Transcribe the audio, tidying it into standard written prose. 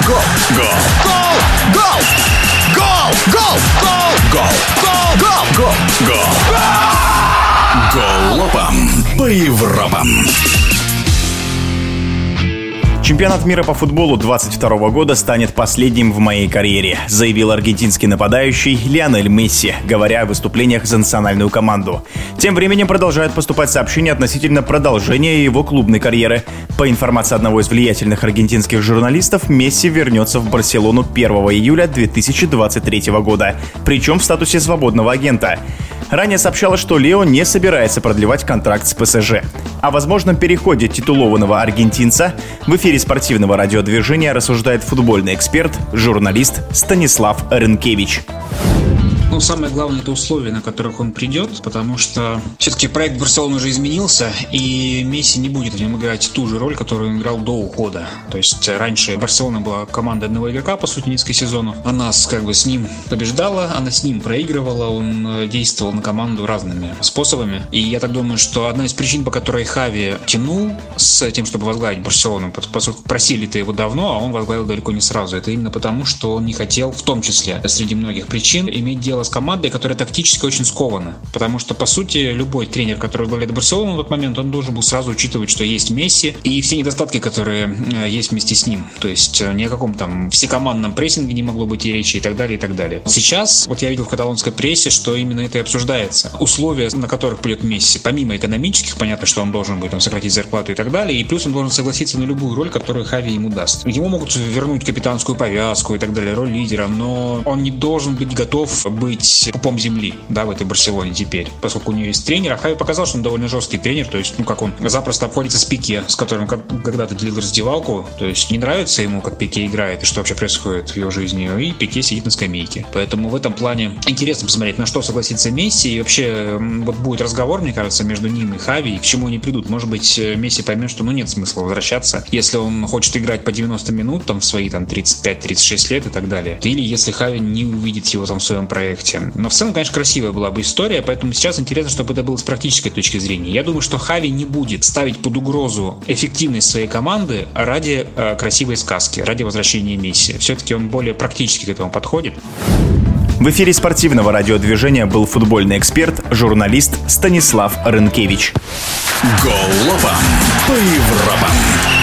Гол! Гол! Гол! Гол! Гол! Гол! Гол! Галопом по Европам! Чемпионат мира по футболу 2022 года станет последним в моей карьере, заявил аргентинский нападающий Лионель Месси, говоря о выступлениях за национальную команду. Тем временем продолжают поступать сообщения относительно продолжения его клубной карьеры. По информации одного из влиятельных аргентинских журналистов, Месси вернется в Барселону 1 июля 2023 года, причем в статусе свободного агента. Ранее сообщалось, что Лео не собирается продлевать контракт с ПСЖ. О возможном переходе титулованного аргентинца в эфире спортивного радиодвижения рассуждает футбольный эксперт, журналист Станислав Рынкевич. Самое главное — это условия, на которых он придет, потому что все-таки проект Барселоны уже изменился, и Месси не будет в нем играть ту же роль, которую он играл до ухода. То есть раньше Барселона была командой одного игрока, по сути, несколько сезонов. Она с ним побеждала, она с ним проигрывала, он действовал на команду разными способами. И я так думаю, что одна из причин, по которой Хави тянул с тем, чтобы возглавить Барселону, поскольку просили-то его давно, а он возглавил далеко не сразу, это именно потому, что он не хотел, в том числе, среди многих причин, иметь дело с командой, которая тактически очень скована. Потому что, по сути, любой тренер, который возглавляет Барселону в тот момент, он должен был сразу учитывать, что есть Месси и все недостатки, которые есть вместе с ним. То есть ни о каком там всекомандном прессинге не могло быть и речи, и так далее, и так далее. Сейчас, я видел в каталонской прессе, что именно это и обсуждается. Условия, на которых придет Месси, помимо экономических, понятно, что он должен будет сократить зарплату и так далее, и плюс он должен согласиться на любую роль, которую Хави ему даст. Ему могут вернуть капитанскую повязку и так далее, роль лидера, но он не должен быть готов быть пупом земли, в этой Барселоне теперь, поскольку у нее есть тренер. А Хави показал, что он довольно жесткий тренер, то есть, как он запросто обходится с Пике, с которым когда-то делил раздевалку, то есть не нравится ему, как Пике играет и что вообще происходит в его жизни, и Пике сидит на скамейке. Поэтому в этом плане интересно посмотреть, на что согласится Месси, и вообще будет разговор, мне кажется, между ним и Хави, и к чему они придут. Может быть, Месси поймет, что нет смысла возвращаться, если он хочет играть по 90 минут, в свои 35-36 лет и так далее, или если Хави не увидит его в своем проекте. Но в целом, конечно, красивая была бы история, поэтому сейчас интересно, чтобы это было с практической точки зрения. Я думаю, что Хави не будет ставить под угрозу эффективность своей команды ради красивой сказки, ради возвращения Месси. Все-таки он более практически к этому подходит. В эфире спортивного радиодвижения был футбольный эксперт, журналист Станислав Рынкевич. Галопом по Европам!